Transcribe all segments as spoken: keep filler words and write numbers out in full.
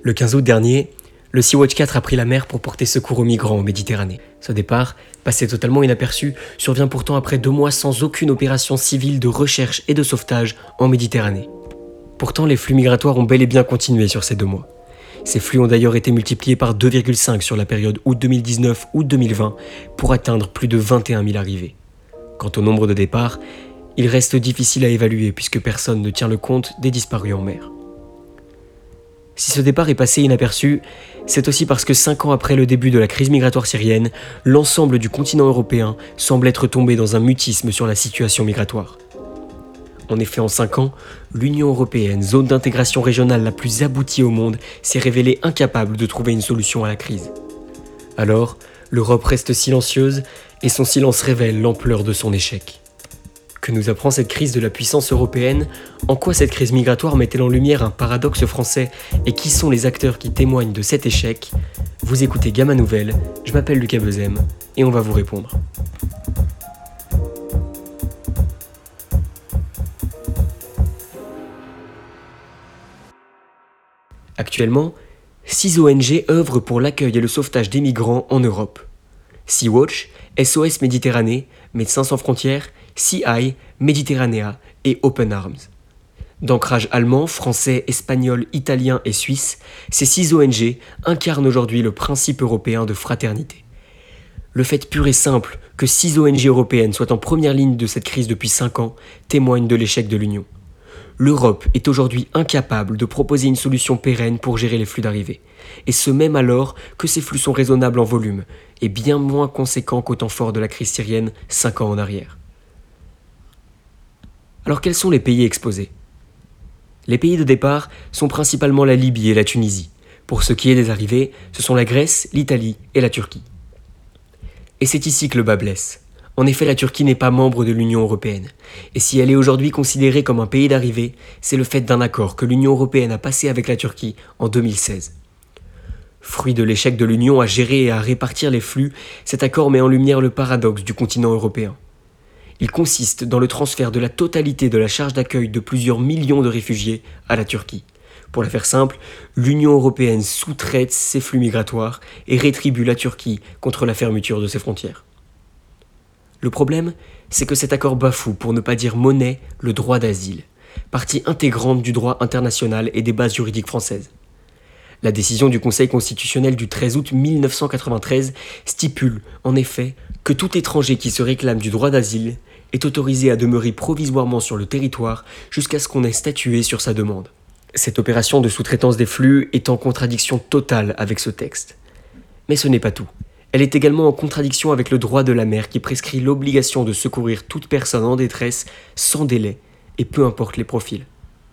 Le quinze août dernier, le Sea-Watch quatre a pris la mer pour porter secours aux migrants en Méditerranée. Ce départ, passé totalement inaperçu, survient pourtant après deux mois sans aucune opération civile de recherche et de sauvetage en Méditerranée. Pourtant, les flux migratoires ont bel et bien continué sur ces deux mois. Ces flux ont d'ailleurs été multipliés par deux virgule cinq sur la période août deux mille dix-neuf - août deux mille vingt pour atteindre plus de vingt et un mille arrivées. Quant au nombre de départs, il reste difficile à évaluer puisque personne ne tient le compte des disparus en mer. Si ce départ est passé inaperçu, c'est aussi parce que cinq ans après le début de la crise migratoire syrienne, l'ensemble du continent européen semble être tombé dans un mutisme sur la situation migratoire. En effet, en cinq ans, l'Union européenne, zone d'intégration régionale la plus aboutie au monde, s'est révélée incapable de trouver une solution à la crise. Alors, l'Europe reste silencieuse et son silence révèle l'ampleur de son échec. Que nous apprend cette crise de la puissance européenne? En quoi cette crise migratoire met-elle en lumière un paradoxe français? Et qui sont les acteurs qui témoignent de cet échec? Vous écoutez Gamma Nouvelle, je m'appelle Lucas Bezem et on va vous répondre. Actuellement, six O N G œuvrent pour l'accueil et le sauvetage des migrants en Europe. Sea-Watch, S O S Méditerranée, Médecins sans frontières, Sea Eye, Méditerranea et Open Arms. D'ancrage allemand, français, espagnol, italien et suisse, ces six O N G incarnent aujourd'hui le principe européen de fraternité. Le fait pur et simple que six O N G européennes soient en première ligne de cette crise depuis cinq ans témoigne de l'échec de l'Union. L'Europe est aujourd'hui incapable de proposer une solution pérenne pour gérer les flux d'arrivée, et ce même alors que ces flux sont raisonnables en volume et bien moins conséquents qu'au temps fort de la crise syrienne cinq ans en arrière. Alors quels sont les pays exposés? Les pays de départ sont principalement la Libye et la Tunisie. Pour ce qui est des arrivées, ce sont la Grèce, l'Italie et la Turquie. Et c'est ici que le bât blesse. En effet, la Turquie n'est pas membre de l'Union européenne. Et si elle est aujourd'hui considérée comme un pays d'arrivée, c'est le fait d'un accord que l'Union européenne a passé avec la Turquie en deux mille seize. Fruit de l'échec de l'Union à gérer et à répartir les flux, cet accord met en lumière le paradoxe du continent européen. Il consiste dans le transfert de la totalité de la charge d'accueil de plusieurs millions de réfugiés à la Turquie. Pour la faire simple, l'Union européenne sous-traite ses flux migratoires et rétribue la Turquie contre la fermeture de ses frontières. Le problème, c'est que cet accord bafoue, pour ne pas dire monnaie, le droit d'asile, partie intégrante du droit international et des bases juridiques françaises. La décision du Conseil constitutionnel du treize août mille neuf cent quatre-vingt-treize stipule, en effet, que tout étranger qui se réclame du droit d'asile est autorisé à demeurer provisoirement sur le territoire jusqu'à ce qu'on ait statué sur sa demande. Cette opération de sous-traitance des flux est en contradiction totale avec ce texte. Mais ce n'est pas tout. Elle est également en contradiction avec le droit de la mer qui prescrit l'obligation de secourir toute personne en détresse sans délai et peu importe les profils.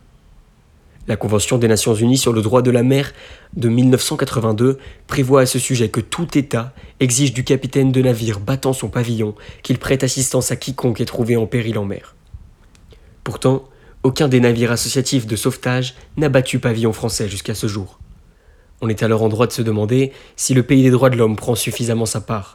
La Convention des Nations Unies sur le droit de la mer de mille neuf cent quatre-vingt-deux prévoit à ce sujet que tout État exige du capitaine de navire battant son pavillon qu'il prête assistance à quiconque est trouvé en péril en mer. Pourtant, aucun des navires associatifs de sauvetage n'a battu pavillon français jusqu'à ce jour. On est alors en droit de se demander si le pays des droits de l'homme prend suffisamment sa part.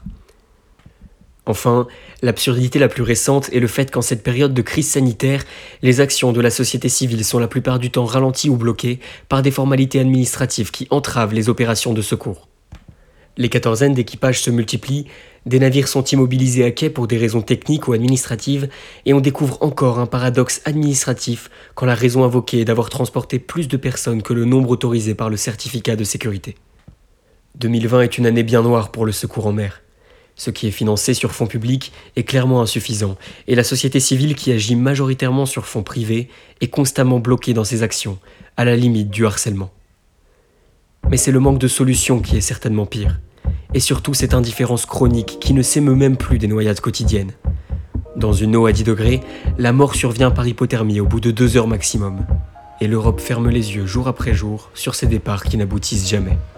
Enfin, l'absurdité la plus récente est le fait qu'en cette période de crise sanitaire, les actions de la société civile sont la plupart du temps ralenties ou bloquées par des formalités administratives qui entravent les opérations de secours. Les quatorzaines d'équipages se multiplient, des navires sont immobilisés à quai pour des raisons techniques ou administratives, et on découvre encore un paradoxe administratif quand la raison invoquée est d'avoir transporté plus de personnes que le nombre autorisé par le certificat de sécurité. deux mille vingt est une année bien noire pour le secours en mer. Ce qui est financé sur fonds publics est clairement insuffisant, et la société civile qui agit majoritairement sur fonds privés est constamment bloquée dans ses actions, à la limite du harcèlement. Mais c'est le manque de solutions qui est certainement pire, et surtout cette indifférence chronique qui ne s'émeut même plus des noyades quotidiennes. Dans une eau à dix degrés, la mort survient par hypothermie au bout de deux heures maximum, et l'Europe ferme les yeux jour après jour sur ces départs qui n'aboutissent jamais.